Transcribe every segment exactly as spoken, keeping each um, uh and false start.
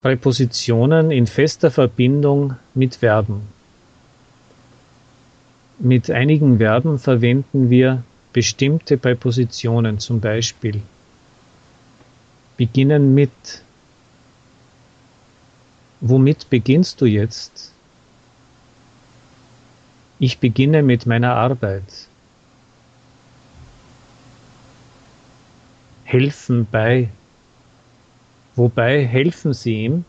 Präpositionen in fester Verbindung mit Verben. Mit einigen Verben verwenden wir bestimmte Präpositionen, zum Beispiel beginnen mit. Womit beginnst du jetzt? Ich beginne mit meiner Arbeit. Helfen bei. Wobei helfen Sie ihm?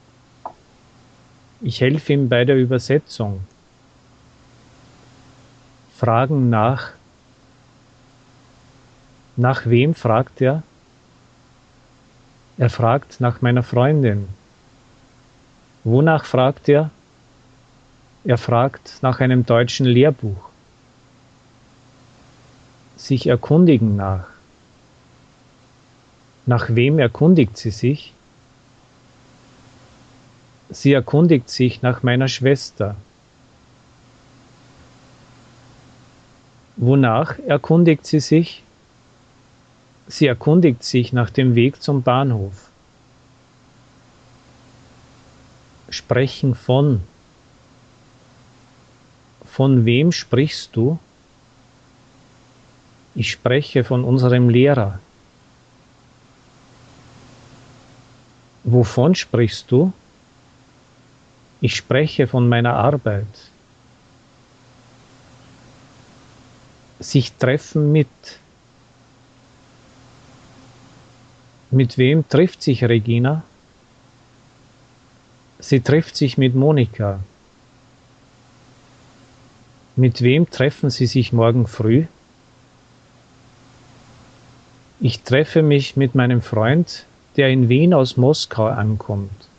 Ich helfe ihm bei der Übersetzung. Fragen nach. Nach wem fragt er? Er fragt nach meiner Freundin. Wonach fragt er? Er fragt nach einem deutschen Lehrbuch. Sich erkundigen nach. Nach wem erkundigt sie sich? Sie erkundigt sich nach meiner Schwester. Wonach erkundigt sie sich? Sie erkundigt sich nach dem Weg zum Bahnhof. Sprechen von. Von wem sprichst du? Ich spreche von unserem Lehrer. Wovon sprichst du? Ich spreche von meiner Arbeit. Sich treffen mit. Mit wem trifft sich Regina? Sie trifft sich mit Monika. Mit wem treffen Sie sich morgen früh? Ich treffe mich mit meinem Freund, der in Wien aus Moskau ankommt.